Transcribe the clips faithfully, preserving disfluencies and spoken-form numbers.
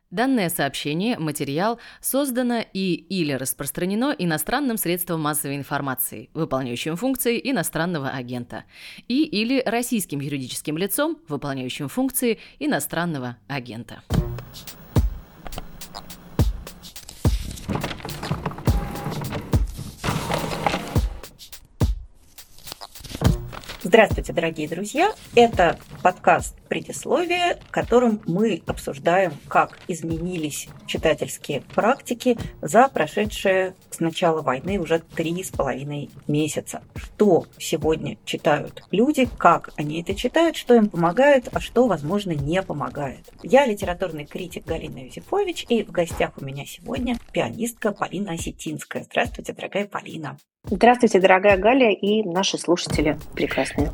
Данное сообщение, материал создано и или распространено иностранным средством массовой информации, выполняющим функции иностранного агента, и или российским юридическим лицом, выполняющим функции иностранного агента. Здравствуйте, дорогие друзья! Это подкаст «Предисловие», в котором мы обсуждаем, как изменились читательские практики за прошедшие с начала войны уже три с половиной месяца. Что сегодня читают люди, как они это читают, что им помогает, а что, возможно, не помогает. Я литературный критик Галина Юзефович, и в гостях у меня сегодня пианистка Полина Осетинская. Здравствуйте, дорогая Полина! Здравствуйте, дорогая Галя и наши слушатели прекрасные.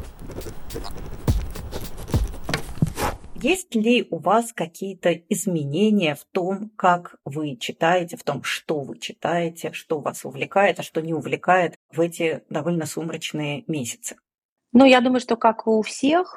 Есть ли у вас какие-то изменения в том, как вы читаете, в том, что вы читаете, что вас увлекает, а что не увлекает в эти довольно сумрачные месяцы? Ну, я думаю, что, как и у всех,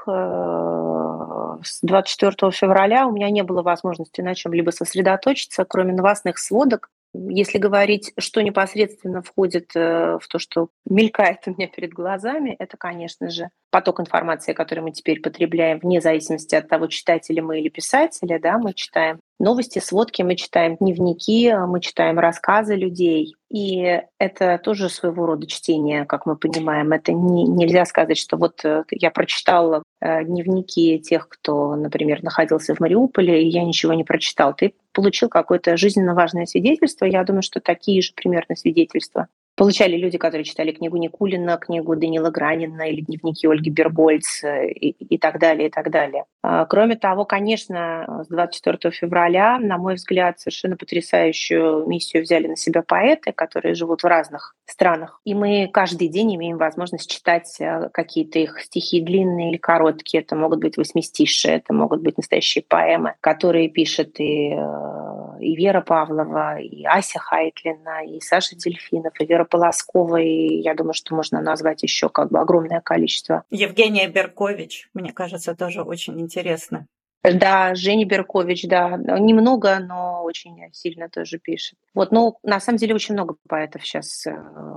с двадцать четвёртого февраля у меня не было возможности на чем-либо сосредоточиться, кроме новостных сводок. Если говорить, что непосредственно входит в то, что мелькает у меня перед глазами, это, конечно же, поток информации, который мы теперь потребляем, вне зависимости от того, читатели мы или писатели, да, мы читаем новости, сводки, мы читаем дневники, мы читаем рассказы людей. И это тоже своего рода чтение, как мы понимаем. Это не, нельзя сказать, что вот я прочитала дневники тех, кто, например, находился в Мариуполе, и я ничего не прочитал. Ты получил какое-то жизненно важное свидетельство. Я думаю, что такие же примерно свидетельства получали люди, которые читали книгу Никулина, книгу Даниила Гранина или дневники Ольги Бербольц и, и так далее, и так далее. Кроме того, конечно, с двадцать четвёртого февраля, на мой взгляд, совершенно потрясающую миссию взяли на себя поэты, которые живут в разных странах. И мы каждый день имеем возможность читать какие-то их стихи длинные или короткие. Это могут быть восьмистишие, это могут быть настоящие поэмы, которые пишет и, и Вера Павлова, и Ася Хайтлина, и Саша Дельфинов, и Вера Полоскова, и я думаю, что можно назвать еще как бы огромное количество. Евгения Беркович, мне кажется, тоже очень интересно. Да, Женя Беркович, да, немного, но очень сильно тоже пишет. Вот, но на самом деле очень много поэтов сейчас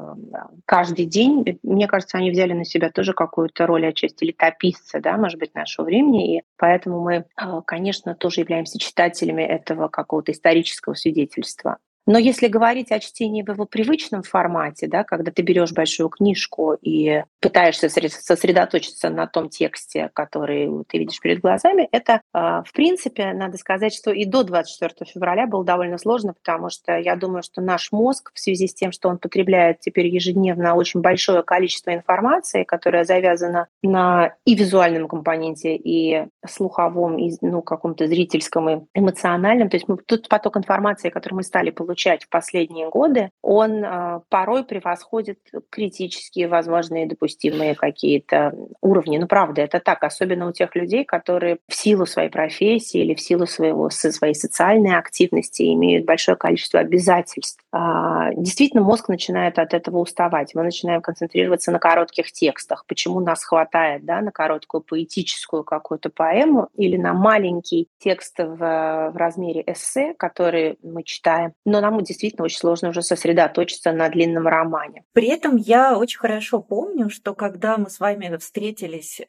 каждый день. Мне кажется, они взяли на себя тоже какую-то роль отчасти летописца, да, может быть, нашего времени, и поэтому мы, конечно, тоже являемся читателями этого какого-то исторического свидетельства. Но если говорить о чтении в его привычном формате, да, когда ты берешь большую книжку и пытаешься сосредоточиться на том тексте, который ты видишь перед глазами, это, в принципе, надо сказать, что и до двадцать четвёртого февраля было довольно сложно, потому что я думаю, что наш мозг в связи с тем, что он потребляет теперь ежедневно очень большое количество информации, которая завязана на и визуальном компоненте, и слуховом, и ну, каком-то зрительском и эмоциональном, то есть мы, тот поток информации, который мы стали получать в последние годы, он э, порой превосходит критические, возможные, допустимые какие-то уровни. Ну, правда, это так, особенно у тех людей, которые в силу своей профессии или в силу своего, своей социальной активности имеют большое количество обязательств. А, действительно, мозг начинает от этого уставать. Мы начинаем концентрироваться на коротких текстах. Почему нас хватает, да, на короткую поэтическую какую-то поэму или на маленький текст в, в размере эссе, который мы читаем, но нам действительно очень сложно уже сосредоточиться на длинном романе. При этом я очень хорошо помню, что когда мы с вами встретились э,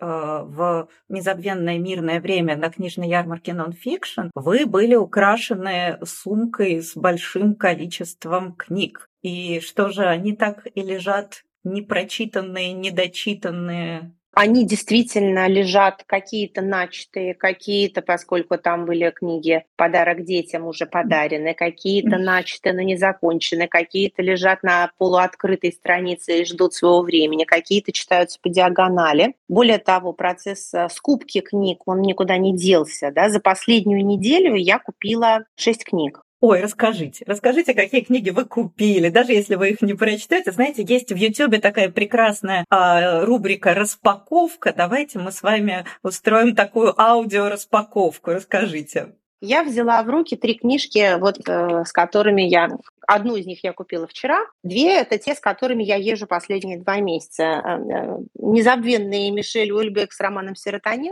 в незабвенное мирное время на книжной ярмарке Nonfiction, вы были украшены сумкой с большим количеством книг. И что же, они так и лежат непрочитанные, недочитанные? Они действительно лежат, какие-то начатые, какие-то, поскольку там были книги «Подарок детям» уже подарены, какие-то начатые, но не закончены, какие-то лежат на полуоткрытой странице и ждут своего времени, какие-то читаются по диагонали. Более того, процесс скупки книг, он никуда не делся. Да? За последнюю неделю я купила шесть книг. Ой, расскажите, расскажите, какие книги вы купили, даже если вы их не прочитаете. Знаете, есть в Ютубе такая прекрасная а, рубрика «Распаковка». Давайте мы с вами устроим такую аудиораспаковку. Расскажите. Я взяла в руки три книжки, вот, э, с которыми я... Одну из них я купила вчера, две — это те, с которыми я езжу последние два месяца. Незабвенные Мишель Уэльбек с романом «Серотонин».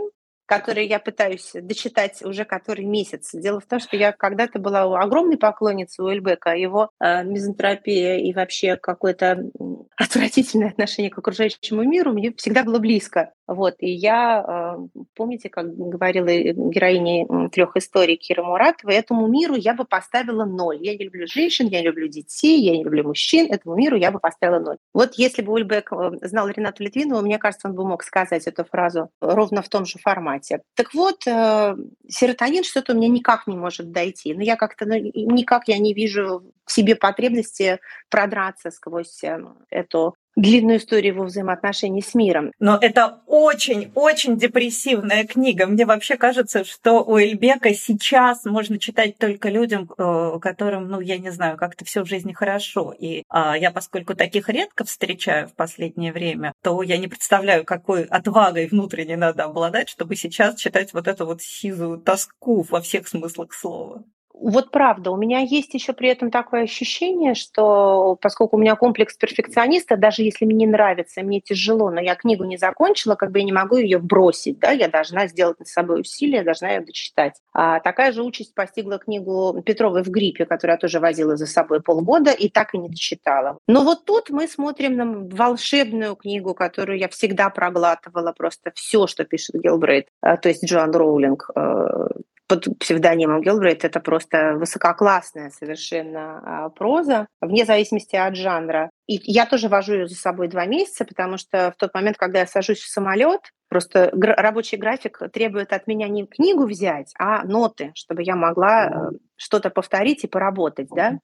который я пытаюсь дочитать уже который месяц. Дело в том, что я когда-то была огромной поклонницей Уэльбека, его э, мизантропия и вообще какое-то отвратительное отношение к окружающему миру мне всегда было близко. Вот, и я, э, помните, как говорила героиня трех историй Кира Муратова, этому миру я бы поставила ноль. Я не люблю женщин, я не люблю детей, я не люблю мужчин, этому миру я бы поставила ноль. Вот если бы Уэльбек знал Ренату Литвинову, мне кажется, он бы мог сказать эту фразу ровно в том же формате. Так вот, э, серотонин что-то у меня никак не может дойти. Но я как-то, ну, никак я не вижу в себе потребности продраться сквозь э, эту длинную историю его взаимоотношений с миром. Но это очень-очень депрессивная книга. Мне вообще кажется, что Уэльбека сейчас можно читать только людям, которым, ну, я не знаю, как-то все в жизни хорошо. И а, я, поскольку таких редко встречаю в последнее время, то я не представляю, какой отвагой внутренней надо обладать, чтобы сейчас читать вот эту вот сизую тоску во всех смыслах слова. Вот правда, у меня есть еще при этом такое ощущение, что поскольку у меня комплекс перфекциониста, даже если мне не нравится, мне тяжело, но я книгу не закончила, как бы я не могу ее бросить, да, я должна сделать над собой усилие, должна ее дочитать. А такая же участь постигла книгу Петровой «В гриппе», которую я тоже возила за собой полгода и так и не дочитала. Но вот тут мы смотрим на волшебную книгу, которую я всегда проглатывала, просто все, что пишет Гилбрейт, то есть Джоан Роулинг, под псевдонимом Гилбрейт. Это просто высококлассная совершенно проза, вне зависимости от жанра. И я тоже вожу ее за собой два месяца, потому что в тот момент, когда я сажусь в самолет, просто гр- рабочий график требует от меня не книгу взять, а ноты, чтобы я могла что-то повторить и поработать, да.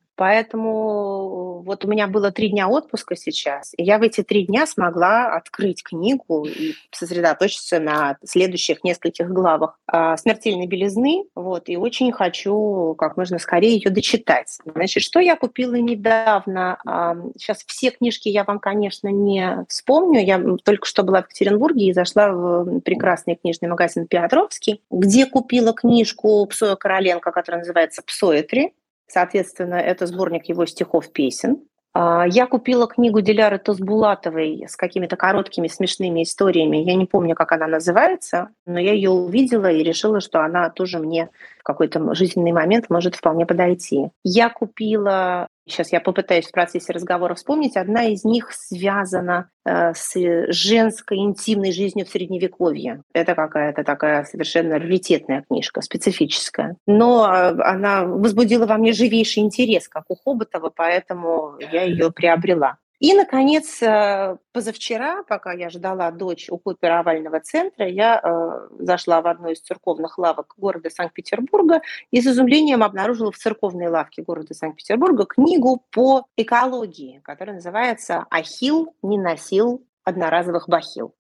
Поэтому вот у меня было три дня отпуска сейчас, и я в эти три дня смогла открыть книгу и сосредоточиться на следующих нескольких главах «Смертельной белизны», вот, и очень хочу как можно скорее ее дочитать. Значит, что я купила недавно? Сейчас все книжки я вам, конечно, не вспомню. Я только что была в Екатеринбурге и зашла в прекрасный книжный магазин «Петровский», где купила книжку Псоя Короленко, которая называется «Псоэтри». Соответственно, это сборник его стихов-песен. Я купила книгу Диляры Тосбулатовой с какими-то короткими смешными историями. Я не помню, как она называется, но я ее увидела и решила, что она тоже мне в какой-то жизненный момент может вполне подойти. Я купила... Сейчас я попытаюсь в процессе разговора вспомнить. Одна из них связана э, с женской интимной жизнью в Средневековье. Это какая-то такая совершенно раритетная книжка, специфическая. Но э, она возбудила во мне живейший интерес, как у Хоботова, поэтому я ее приобрела. И, наконец, позавчера, пока я ждала дочь у кооперовального центра, я э, зашла в одну из церковных лавок города Санкт-Петербурга и с изумлением обнаружила в церковной лавке города Санкт-Петербурга книгу по экологии, которая называется «Ахилл не носил одноразовых бахил».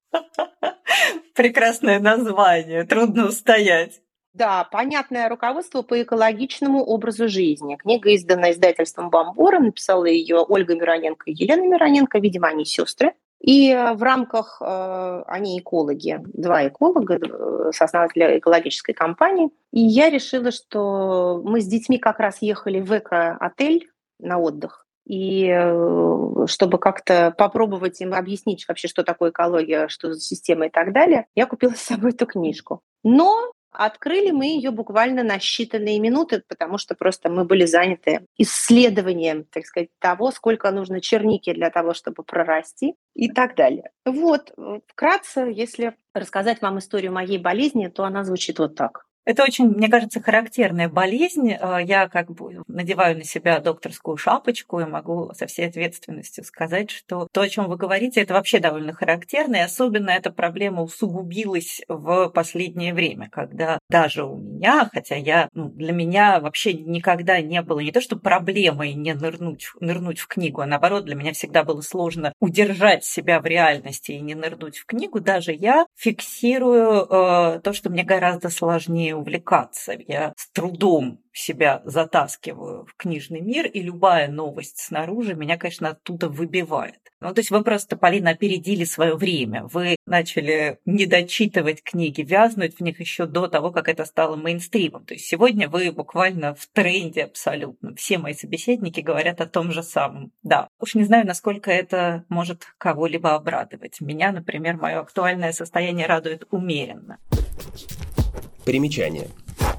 Прекрасное название, трудно устоять. Да, понятное руководство по экологичному образу жизни. Книга издана издательством «Бомбора», написала ее Ольга Мироненко и Елена Мироненко, видимо, они сестры. И в рамках, э, они экологи, два эколога, сооснователя экологической компании. И я решила, что мы с детьми как раз ехали в эко-отель на отдых. И чтобы как-то попробовать им объяснить вообще, что такое экология, что за система и так далее, я купила с собой эту книжку. Но открыли мы ее буквально на считанные минуты, потому что просто мы были заняты исследованием, так сказать, того, сколько нужно черники для того, чтобы прорасти и так далее. Вот, вкратце, если рассказать вам историю моей болезни, то она звучит вот так. Это очень, мне кажется, характерная болезнь. Я как бы надеваю на себя докторскую шапочку и могу со всей ответственностью сказать, что то, о чем вы говорите, это вообще довольно характерно, и особенно эта проблема усугубилась в последнее время, когда даже у меня, хотя я, ну, для меня вообще никогда не было не то, что проблемой не нырнуть, нырнуть в книгу, а наоборот, для меня всегда было сложно удержать себя в реальности и не нырнуть в книгу, даже я фиксирую э, то, что мне гораздо сложнее умею увлекаться. Я с трудом себя затаскиваю в книжный мир, и любая новость снаружи меня, конечно, оттуда выбивает. Ну, то есть вы просто, Полина, опередили свое время. Вы начали недочитывать книги, вязнуть в них еще до того, как это стало мейнстримом. То есть сегодня вы буквально в тренде абсолютно. Все мои собеседники говорят о том же самом. Да, уж не знаю, насколько это может кого-либо обрадовать. Меня, например, мое актуальное состояние радует умеренно. Примечание.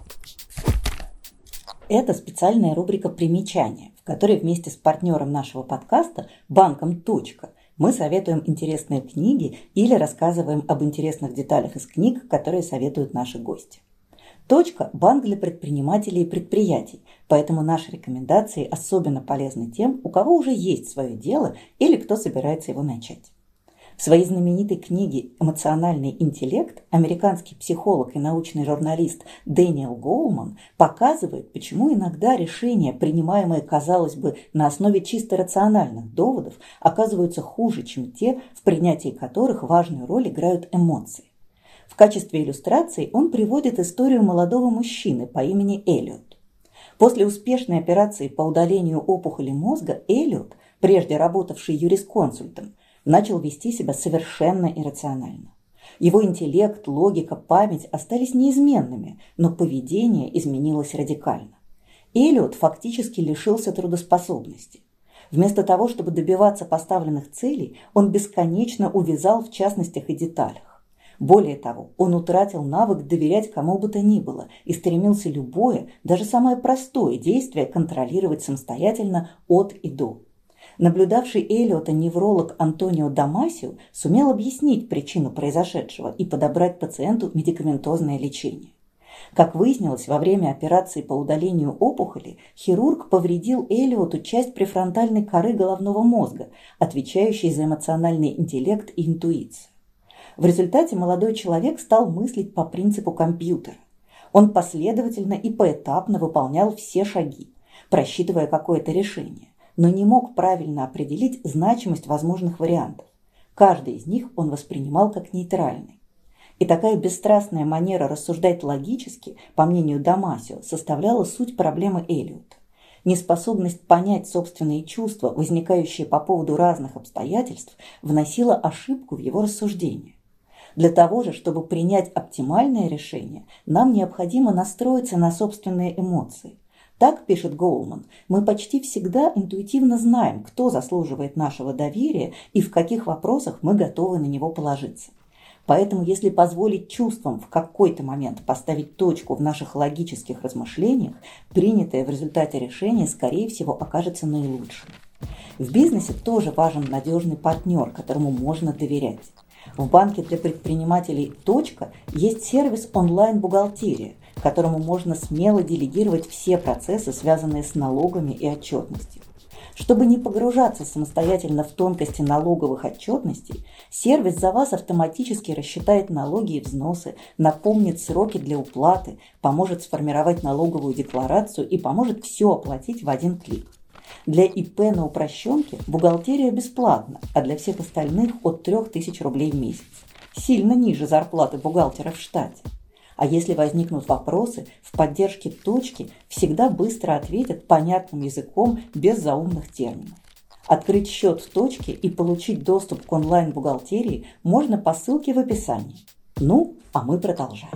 Это специальная рубрика «Примечания», в которой вместе с партнером нашего подкаста, банком «Точка», мы советуем интересные книги или рассказываем об интересных деталях из книг, которые советуют наши гости. «Точка» – банк для предпринимателей и предприятий, поэтому наши рекомендации особенно полезны тем, у кого уже есть свое дело или кто собирается его начать. В своей знаменитой книге «Эмоциональный интеллект» американский психолог и научный журналист Дэниел Гоулман показывает, почему иногда решения, принимаемые, казалось бы, на основе чисто рациональных доводов, оказываются хуже, чем те, в принятии которых важную роль играют эмоции. В качестве иллюстрации он приводит историю молодого мужчины по имени Эллиот. После успешной операции по удалению опухоли мозга Эллиот, прежде работавший юрисконсультом, начал вести себя совершенно иррационально. Его интеллект, логика, память остались неизменными, но поведение изменилось радикально. Эллиот фактически лишился трудоспособности. Вместо того, чтобы добиваться поставленных целей, он бесконечно увязал в частностях и деталях. Более того, он утратил навык доверять кому бы то ни было и стремился любое, даже самое простое действие контролировать самостоятельно от и до. Наблюдавший Эллиота невролог Антонио Дамасио сумел объяснить причину произошедшего и подобрать пациенту медикаментозное лечение. Как выяснилось, во время операции по удалению опухоли хирург повредил Эллиоту часть префронтальной коры головного мозга, отвечающей за эмоциональный интеллект и интуицию. В результате молодой человек стал мыслить по принципу компьютера. Он последовательно и поэтапно выполнял все шаги, просчитывая какое-то решение, но не мог правильно определить значимость возможных вариантов. Каждый из них он воспринимал как нейтральный. И такая бесстрастная манера рассуждать логически, по мнению Дамасио, составляла суть проблемы Эллиота. Неспособность понять собственные чувства, возникающие по поводу разных обстоятельств, вносила ошибку в его рассуждения. Для того же, чтобы принять оптимальное решение, нам необходимо настроиться на собственные эмоции. Так, пишет Гоулман, мы почти всегда интуитивно знаем, кто заслуживает нашего доверия и в каких вопросах мы готовы на него положиться. Поэтому, если позволить чувствам в какой-то момент поставить точку в наших логических размышлениях, принятое в результате решение, скорее всего, окажется наилучшим. В бизнесе тоже важен надежный партнер, которому можно доверять. В банке для предпринимателей «Точка» есть сервис онлайн-бухгалтерия, которому можно смело делегировать все процессы, связанные с налогами и отчетностью. Чтобы не погружаться самостоятельно в тонкости налоговых отчетностей, сервис за вас автоматически рассчитает налоги и взносы, напомнит сроки для уплаты, поможет сформировать налоговую декларацию и поможет все оплатить в один клик. Для ИП на упрощенке бухгалтерия бесплатна, а для всех остальных от трёх тысяч рублей в месяц. Сильно ниже зарплаты бухгалтера в штате. А если возникнут вопросы, в поддержке «Точки» всегда быстро ответят понятным языком без заумных терминов. Открыть счет в «Точке» и получить доступ к онлайн-бухгалтерии можно по ссылке в описании. Ну, а мы продолжаем.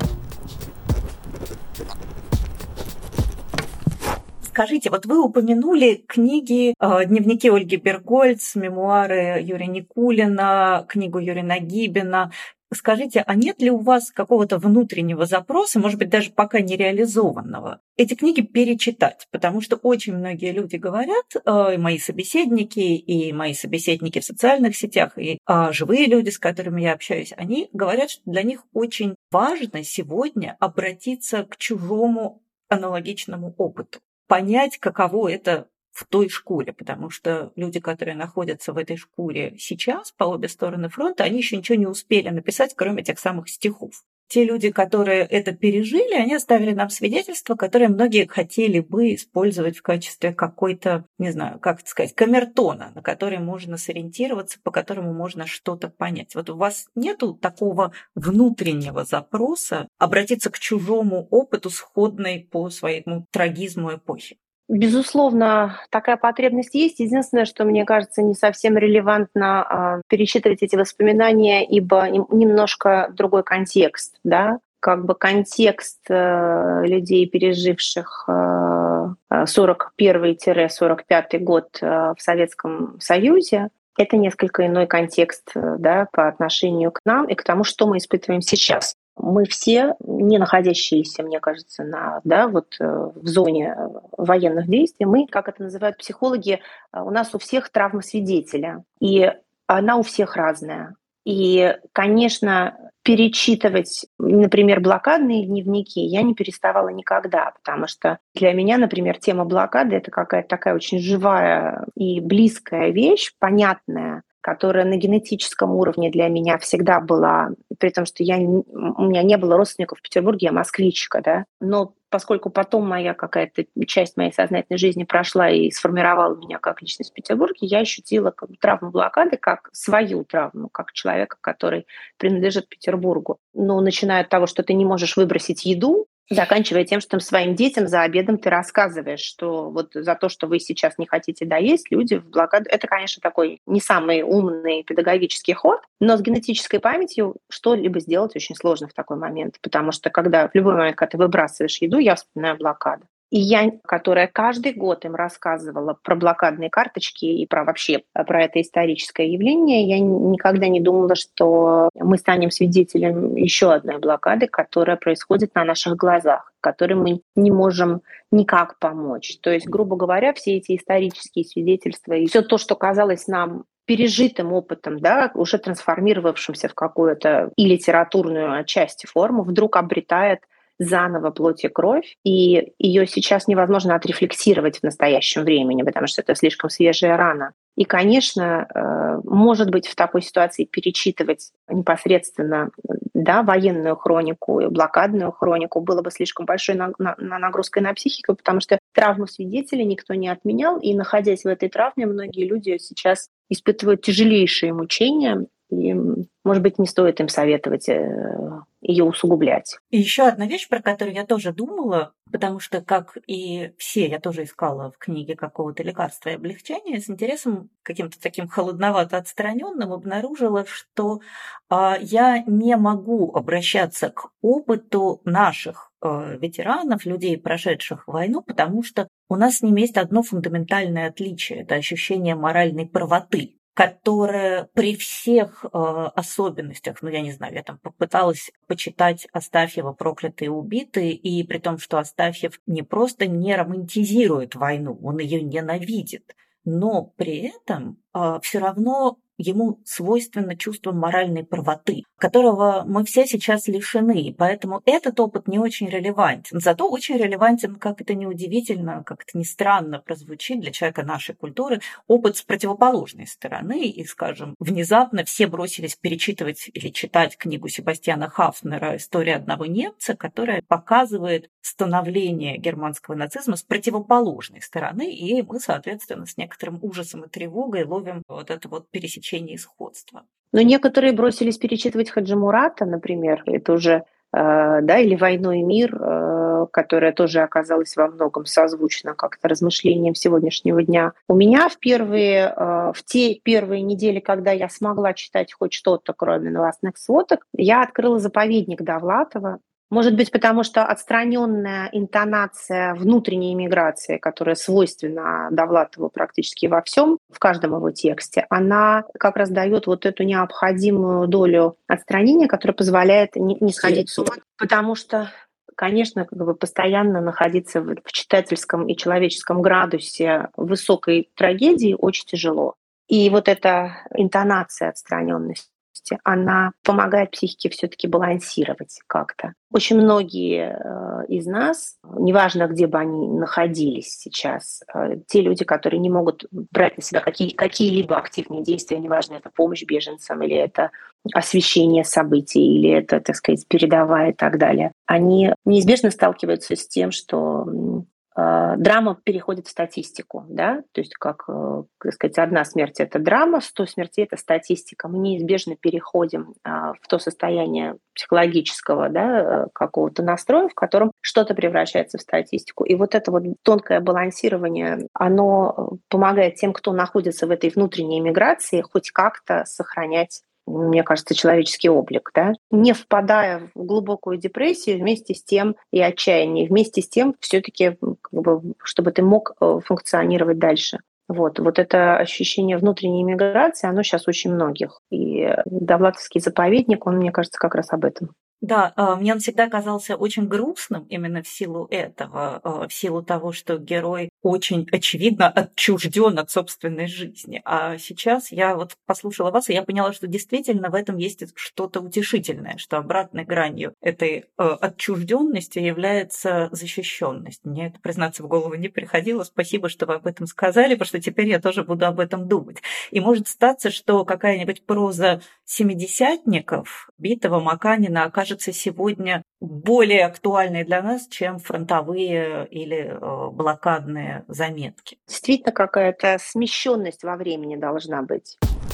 Скажите, вот вы упомянули книги, э, дневники Ольги Бергольц, мемуары Юрия Никулина, книгу Юрия Нагибина. Скажите, а нет ли у вас какого-то внутреннего запроса, может быть, даже пока не реализованного, эти книги перечитать? Потому что очень многие люди говорят, э, и мои собеседники, и мои собеседники в социальных сетях, и э, живые люди, с которыми я общаюсь, они говорят, что для них очень важно сегодня обратиться к чужому аналогичному опыту, понять, каково это в той шкуре, потому что люди, которые находятся в этой шкуре сейчас, по обе стороны фронта, они еще ничего не успели написать, кроме тех самых стихов. те люди, которые это пережили, они оставили нам свидетельства, которые многие хотели бы использовать в качестве какой-то, не знаю, как это сказать, камертона, на который можно сориентироваться, по которому можно что-то понять. Вот у вас нету такого внутреннего запроса обратиться к чужому опыту, сходной по своему трагизму эпохи? Безусловно, такая потребность есть. Единственное, что мне кажется не совсем релевантно а, перечитывать эти воспоминания, ибо немножко другой контекст, да, как бы контекст э, людей, переживших э, сорок первый — сорок пятый год э, в Советском Союзе, это несколько иной контекст, э, да, по отношению к нам и к тому, что мы испытываем сейчас. Мы все, не находящиеся, мне кажется, на, да, вот, э, в зоне военных действий, мы, как это называют психологи, э, у нас у всех травма свидетеля, и она у всех разная. И, конечно, перечитывать, например, блокадные дневники я не переставала никогда, потому что для меня, например, тема блокады — это какая-то такая очень живая и близкая вещь, понятная, которая на генетическом уровне для меня всегда была, при том, что я, у меня не было родственников в Петербурге, я москвичка, да, но поскольку потом моя какая-то часть моей сознательной жизни прошла и сформировала меня как личность в Петербурге, я ощутила как бы травму блокады как свою травму, как человека, который принадлежит Петербургу. Ну, начиная от того, что ты не можешь выбросить еду, заканчивая тем, что своим детям за обедом ты рассказываешь, что вот за то, что вы сейчас не хотите доесть, люди в блокаду... Это, конечно, такой не самый умный педагогический ход, но с генетической памятью что-либо сделать очень сложно в такой момент, потому что когда в любой момент, когда ты выбрасываешь еду, я вспоминаю блокаду. И я, которая каждый год им рассказывала про блокадные карточки и про вообще про это историческое явление, я никогда не думала, что мы станем свидетелем еще одной блокады, которая происходит на наших глазах, которой мы не можем никак помочь. То есть, грубо говоря, все эти исторические свидетельства и все то, что казалось нам пережитым опытом, да, уже трансформировавшимся в какую-то и литературную отчасти форму, вдруг обретает заново плоть и кровь, и ее сейчас невозможно отрефлексировать в настоящем времени, потому что это слишком свежая рана. И, конечно, может быть, в такой ситуации перечитывать непосредственно, да, военную хронику, блокадную хронику было бы слишком большой нагрузкой на психику, потому что травму свидетелей никто не отменял, и, находясь в этой травме, многие люди сейчас испытывают тяжелейшие мучения, и, может быть, не стоит им советовать ее усугублять. И еще одна вещь, про которую я тоже думала, потому что, как и все, я тоже искала в книге какого-то лекарства и облегчения, с интересом каким-то таким холодновато отстраненным обнаружила, что э, я не могу обращаться к опыту наших э, ветеранов, людей, прошедших войну, потому что у нас с ними есть одно фундаментальное отличие – это ощущение моральной правоты, которая при всех э, особенностях, ну, я не знаю, я там попыталась почитать Астафьева «Проклятые и убитые», и при том, что Астафьев не просто не романтизирует войну, он ее ненавидит, но при этом э, все равно ему свойственно чувство моральной правоты, которого мы все сейчас лишены, и поэтому этот опыт не очень релевантен. Зато очень релевантен, как это ни удивительно, как это ни странно прозвучит для человека нашей культуры, опыт с противоположной стороны. И, скажем, внезапно все бросились перечитывать или читать книгу Себастьяна Хафнера «История одного немца», которая показывает становление германского нацизма с противоположной стороны, и мы, соответственно, с некоторым ужасом и тревогой ловим вот это вот пересечение и сходство. Но некоторые бросились перечитывать Хаджи Мурата, например, это уже, э, да, или «Войну и мир», э, которая тоже оказалась во многом созвучна как-то размышлениям сегодняшнего дня. У меня в первые, э, в те первые недели, когда я смогла читать хоть что-то, кроме новостных сводок, я открыла «Заповедник» Довлатова. Может быть, потому что отстраненная интонация внутренней миграции, которая свойственна Довлатову практически во всем, в каждом его тексте, она как раз дает вот эту необходимую долю отстранения, которая позволяет не, не сходить с ума. Потому что, конечно, как бы постоянно находиться в, в читательском и человеческом градусе высокой трагедии очень тяжело. И вот эта интонация отстраненности, возрасте, она помогает психике все-таки балансировать как-то. Очень многие э, из нас, неважно, где бы они находились сейчас, э, те люди, которые не могут брать на себя какие, какие-либо активные действия, неважно, это помощь беженцам или это освещение событий, или это, так сказать, передовая и так далее, они неизбежно сталкиваются с тем, что драма переходит в статистику, да, то есть как, так сказать, одна смерть — это драма, сто смертей — это статистика. Мы неизбежно переходим в то состояние психологического, да, какого-то настроя, в котором что-то превращается в статистику. И вот это вот тонкое балансирование, оно помогает тем, кто находится в этой внутренней миграции, хоть как-то сохранять, мне кажется, человеческий облик, да, не впадая в глубокую депрессию, вместе с тем и отчаяние, вместе с тем все-таки, как бы, чтобы ты мог функционировать дальше. Вот, вот это ощущение внутренней миграции, оно сейчас очень многих. И Довлатовский заповедник, он, мне кажется, как раз об этом. Да, мне он всегда казался очень грустным именно в силу этого, в силу того, что герой очень очевидно отчужден от собственной жизни. А сейчас я вот послушала вас, и я поняла, что действительно в этом есть что-то утешительное, что обратной гранью этой отчужденности является защищенность. Мне это, признаться, в голову не приходило. Спасибо, что вы об этом сказали, потому что теперь я тоже буду об этом думать. И может статься, что какая-нибудь проза семидесятников Битова, Маканина окажется сегодня более актуальной для нас, чем фронтовые или э, блокадные заметки. Действительно, какая-то смещенность во времени должна быть.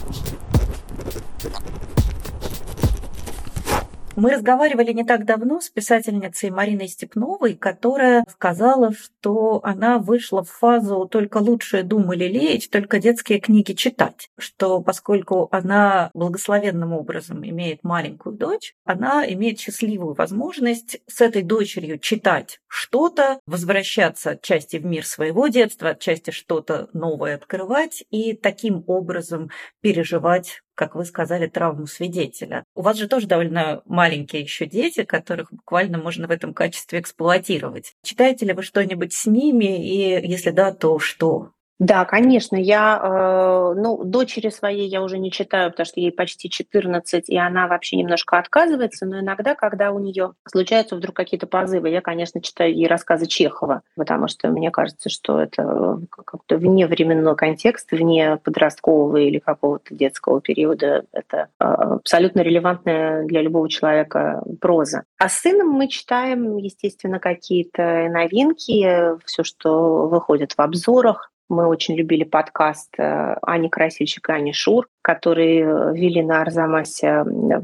Мы разговаривали не так давно с писательницей Мариной Степновой, которая сказала, что она вышла в фазу «только лучшие думы лелеять, только детские книги читать», что поскольку она благословенным образом имеет маленькую дочь, она имеет счастливую возможность с этой дочерью читать что-то, возвращаться отчасти в мир своего детства, отчасти что-то новое открывать и таким образом переживать, как вы сказали, травму свидетеля. У вас же тоже довольно маленькие еще дети, которых буквально можно в этом качестве эксплуатировать. Читаете ли вы что-нибудь с ними, и если да, то что? Да, конечно. Я, э, ну, дочери своей я уже не читаю, потому что ей почти четырнадцать, и она вообще немножко отказывается, но иногда, когда у нее случаются вдруг какие-то позывы, я, конечно, читаю ей рассказы Чехова, потому что мне кажется, что это как-то вне временного контекста, вне подросткового или какого-то детского периода. Это абсолютно релевантная для любого человека проза. А с сыном мы читаем, естественно, какие-то новинки, все, что выходит в обзорах. Мы очень любили подкаст Ани Красильщик и Ани Шур, которые вели на Арзамасе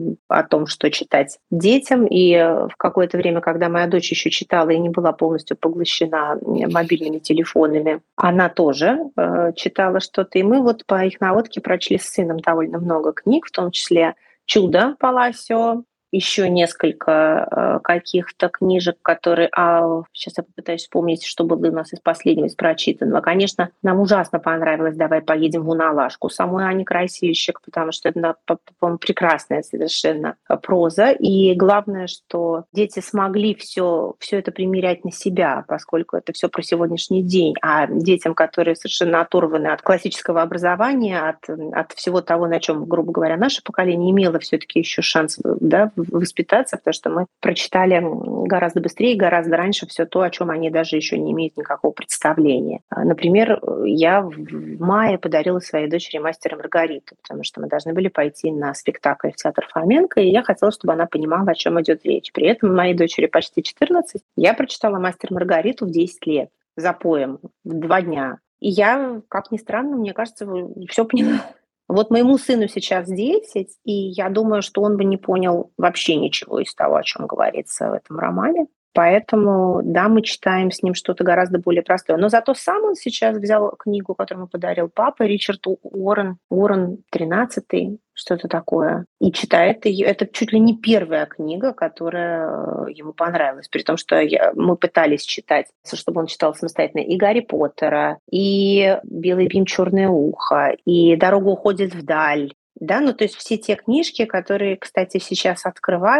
о том, что читать детям. И в какое-то время, когда моя дочь еще читала и не была полностью поглощена мобильными телефонами, она тоже читала что-то. И мы вот по их наводке прочли с сыном довольно много книг, в том числе «Чудо» Паласио, еще несколько э, каких-то книжек, которые... А, сейчас я попытаюсь вспомнить, что было у нас из последнего, из прочитанного. Конечно, нам ужасно понравилось «Давай поедем в Уналашку» самой Ани Красильщик, потому что это, по-моему, прекрасная совершенно проза. И главное, что дети смогли все, все это примерять на себя, поскольку это все про сегодняшний день. А детям, которые совершенно оторваны от классического образования, от, от всего того, на чем, грубо говоря, наше поколение имело все-таки еще шанс, да, воспитаться, потому что мы прочитали гораздо быстрее, гораздо раньше все то, о чем они даже еще не имеют никакого представления. Например, я в мае подарила своей дочери «Мастера и Маргариту», потому что мы должны были пойти на спектакль в театр Фоменко, и я хотела, чтобы она понимала, о чем идет речь. При этом моей дочери почти четырнадцать. Я прочитала «Мастера и Маргариту» в десять лет, запоем, в два дня. И я, как ни странно, мне кажется, все поняла. Вот моему сыну сейчас десять, и я думаю, что он бы не понял вообще ничего из того, о чем говорится в этом романе. Поэтому, да, мы читаем с ним что-то гораздо более простое. Но зато сам он сейчас взял книгу, которую ему подарил папа, Ричард Уоррен, Уоррен тринадцатый, что-то такое, и читает ее. Это чуть ли не первая книга, которая ему понравилась. При том, что я, мы пытались читать, чтобы он читал самостоятельно и Гарри Поттера, и «Белый бим, черное ухо», и «Дорога уходит вдаль». Да, ну то есть все те книжки, которые, кстати, сейчас открывая,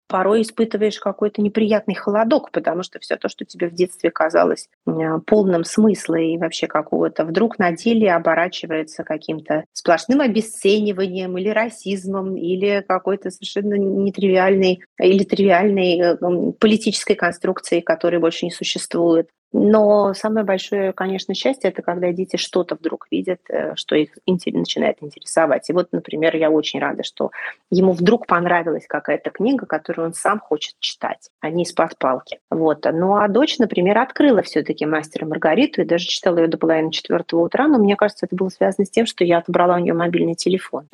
порой испытываешь какой-то неприятный холодок, потому что все то, что тебе в детстве казалось полным смысла и вообще какого-то, вдруг на деле оборачивается каким-то сплошным обесцениванием или расизмом, или какой-то совершенно нетривиальной или тривиальной политической конструкцией, которой больше не существует. Но самое большое, конечно, счастье — это когда дети что-то вдруг видят, что их начинает интересовать. И вот, например, я очень рада, что ему вдруг понравилась какая-то книга, которую он сам хочет читать, а не из-под палки. Вот. Ну а дочь, например, открыла все-таки «Мастера и Маргариту» и даже читала ее до половины четвертого утра, но мне кажется, это было связано с тем, что я отобрала у нее мобильный телефон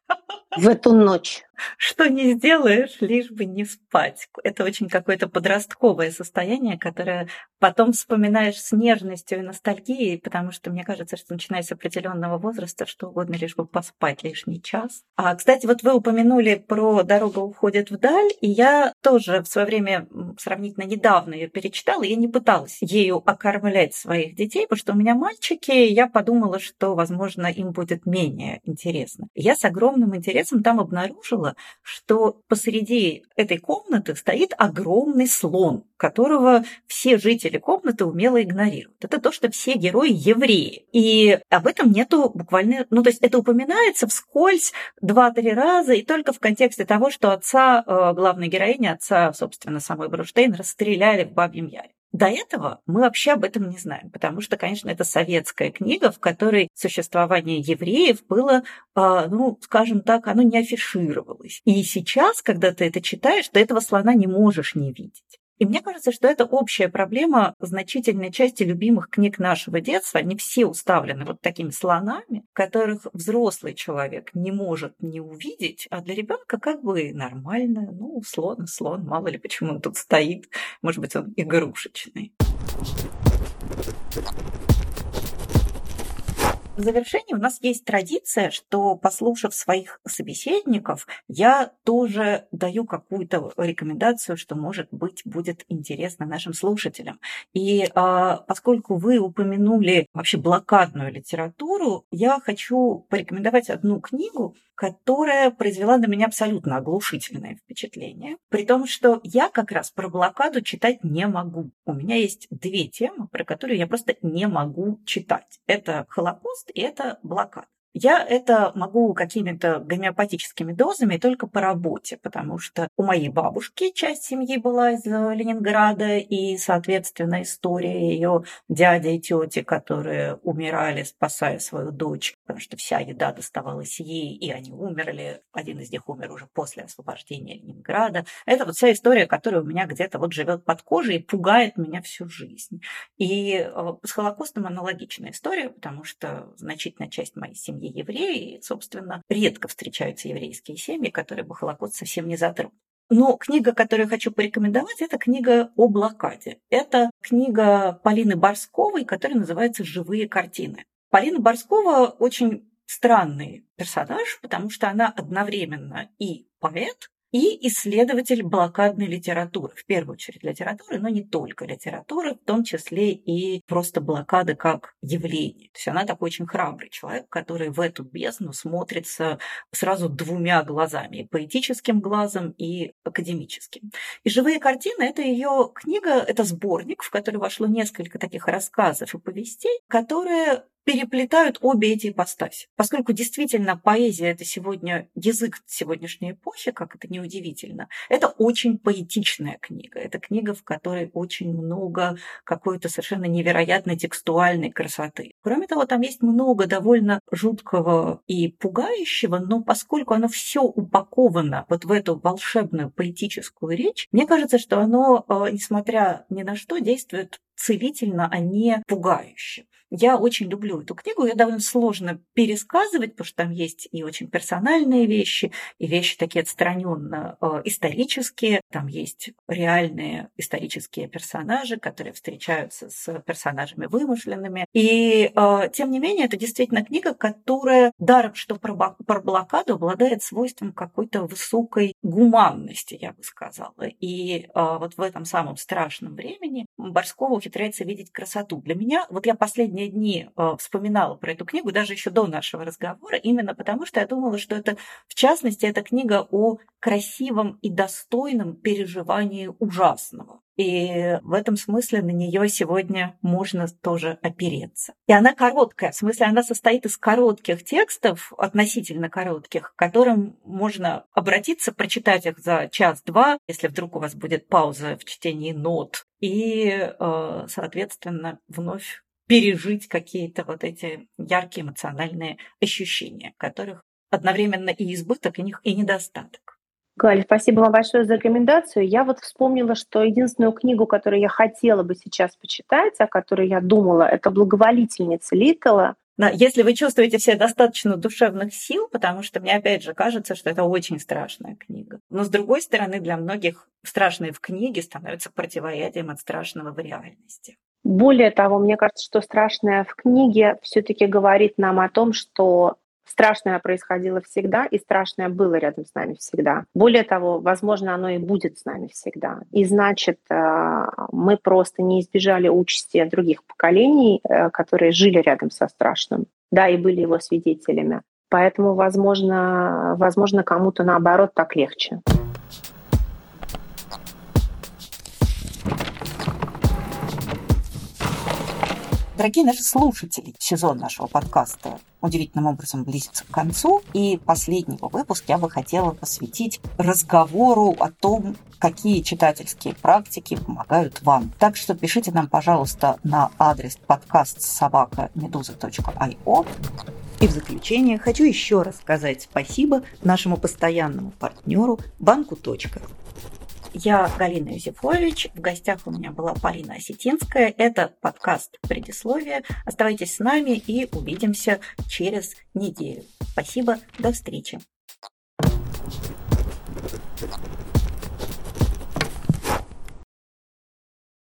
в эту ночь. Что не сделаешь, лишь бы не спать. Это очень какое-то подростковое состояние, которое потом вспоминаешь с нежностью и ностальгией, потому что мне кажется, что начиная с определенного возраста, что угодно, лишь бы поспать лишний час. А, кстати, вот вы упомянули про «Дорога уходит вдаль», и я тоже в свое время сравнительно недавно ее перечитала, и я не пыталась ею окормлять своих детей, потому что у меня мальчики, и я подумала, что, возможно, им будет менее интересно. Я с огромным интересом там обнаружила, что посреди этой комнаты стоит огромный слон, которого все жители комнаты умело игнорируют. Это то, что все герои евреи. И об этом нету буквально... Ну, то есть это упоминается вскользь два-три раза, и только в контексте того, что отца главной героини, отца, собственно, самой Бронштейн, расстреляли в Бабьем Яре. До этого мы вообще об этом не знаем, потому что, конечно, это советская книга, в которой существование евреев было, ну, скажем так, оно не афишировалось. И сейчас, когда ты это читаешь, ты этого слона не можешь не видеть. И мне кажется, что это общая проблема значительной части любимых книг нашего детства. Они все уставлены вот такими слонами, которых взрослый человек не может не увидеть, а для ребенка как бы нормально. Ну, слон, слон, мало ли почему он тут стоит. Может быть, он игрушечный. В завершении у нас есть традиция, что, послушав своих собеседников, я тоже даю какую-то рекомендацию, что, может быть, будет интересно нашим слушателям. И а, поскольку вы упомянули вообще блокадную литературу, я хочу порекомендовать одну книгу, которая произвела на меня абсолютно оглушительное впечатление. При том, что я как раз про блокаду читать не могу. У меня есть две темы, про которые я просто не могу читать. Это Холокост и это блокада. Я это могу какими-то гомеопатическими дозами только по работе, потому что у моей бабушки часть семьи была из Ленинграда, и, соответственно, история ее дяди и тети, которые умирали, спасая свою дочь, потому что вся еда доставалась ей, и они умерли. Один из них умер уже после освобождения Ленинграда. Это вот вся история, которая у меня где-то вот живет под кожей и пугает меня всю жизнь. И с Холокостом аналогичная история, потому что значительная часть моей семьи евреи, и, собственно, редко встречаются еврейские семьи, которые бы Холокост совсем не затронул. Но книга, которую я хочу порекомендовать, это книга о блокаде. Это книга Полины Борсковой, которая называется «Живые картины». Полина Борскова очень странный персонаж, потому что она одновременно и поэт, и исследователь блокадной литературы. В первую очередь литературы, но не только литературы, в том числе и просто блокады как явление. То есть она такой очень храбрый человек, который в эту бездну смотрится сразу двумя глазами. И поэтическим глазом, и академическим. И «Живые картины» — это ее книга, это сборник, в который вошло несколько таких рассказов и повестей, которые переплетают обе эти ипостаси. Поскольку действительно поэзия – это сегодня язык сегодняшней эпохи, как это неудивительно, это очень поэтичная книга. Это книга, в которой очень много какой-то совершенно невероятной текстуальной красоты. Кроме того, там есть много довольно жуткого и пугающего, но поскольку оно все упаковано вот в эту волшебную поэтическую речь, мне кажется, что оно, несмотря ни на что, действует целительно, а не пугающе. Я очень люблю эту книгу, ее довольно сложно пересказывать, потому что там есть и очень персональные вещи, и вещи такие отстраненно исторические. Там есть реальные исторические персонажи, которые встречаются с персонажами вымышленными. И тем не менее, это действительно книга, которая, даром что про, про блокаду, обладает свойством какой-то высокой гуманности, я бы сказала. И вот в этом самом страшном времени Борскова ухитряется видеть красоту. Для меня, вот я последние дни э, вспоминала про эту книгу, даже еще до нашего разговора, именно потому что я думала, что это, в частности, это книга о красивом и достойном переживании ужасного. И в этом смысле на нее сегодня можно тоже опереться. И она короткая, в смысле она состоит из коротких текстов, относительно коротких, к которым можно обратиться, прочитать их за час-два, если вдруг у вас будет пауза в чтении нот, и, соответственно, вновь пережить какие-то вот эти яркие эмоциональные ощущения, которых одновременно и избыток, и них и недостаток. Галя, спасибо вам большое за рекомендацию. Я вот вспомнила, что единственную книгу, которую я хотела бы сейчас почитать, о которой я думала, это «Благоволительница» Литтла. Да, если вы чувствуете в себе достаточно душевных сил, потому что мне опять же кажется, что это очень страшная книга. Но с другой стороны, для многих страшное в книге становится противоядием от страшного в реальности. Более того, мне кажется, что страшное в книге все-таки говорит нам о том, что страшное происходило всегда, и страшное было рядом с нами всегда. Более того, возможно, оно и будет с нами всегда. И значит, мы просто не избежали участи других поколений, которые жили рядом со страшным, да, и были его свидетелями. Поэтому, возможно, возможно, кому-то наоборот так легче. Дорогие наши слушатели, сезон нашего подкаста удивительным образом близится к концу, и последний выпуск я бы хотела посвятить разговору о том, какие читательские практики помогают вам. Так что пишите нам, пожалуйста, на адрес подкаст собака медуза точка ай о. И в заключение хочу еще раз сказать спасибо нашему постоянному партнеру банку «Точка». Я Галина Юзефович, в гостях у меня была Полина Осетинская. Это подкаст «Предисловие». Оставайтесь с нами и увидимся через неделю. Спасибо, до встречи.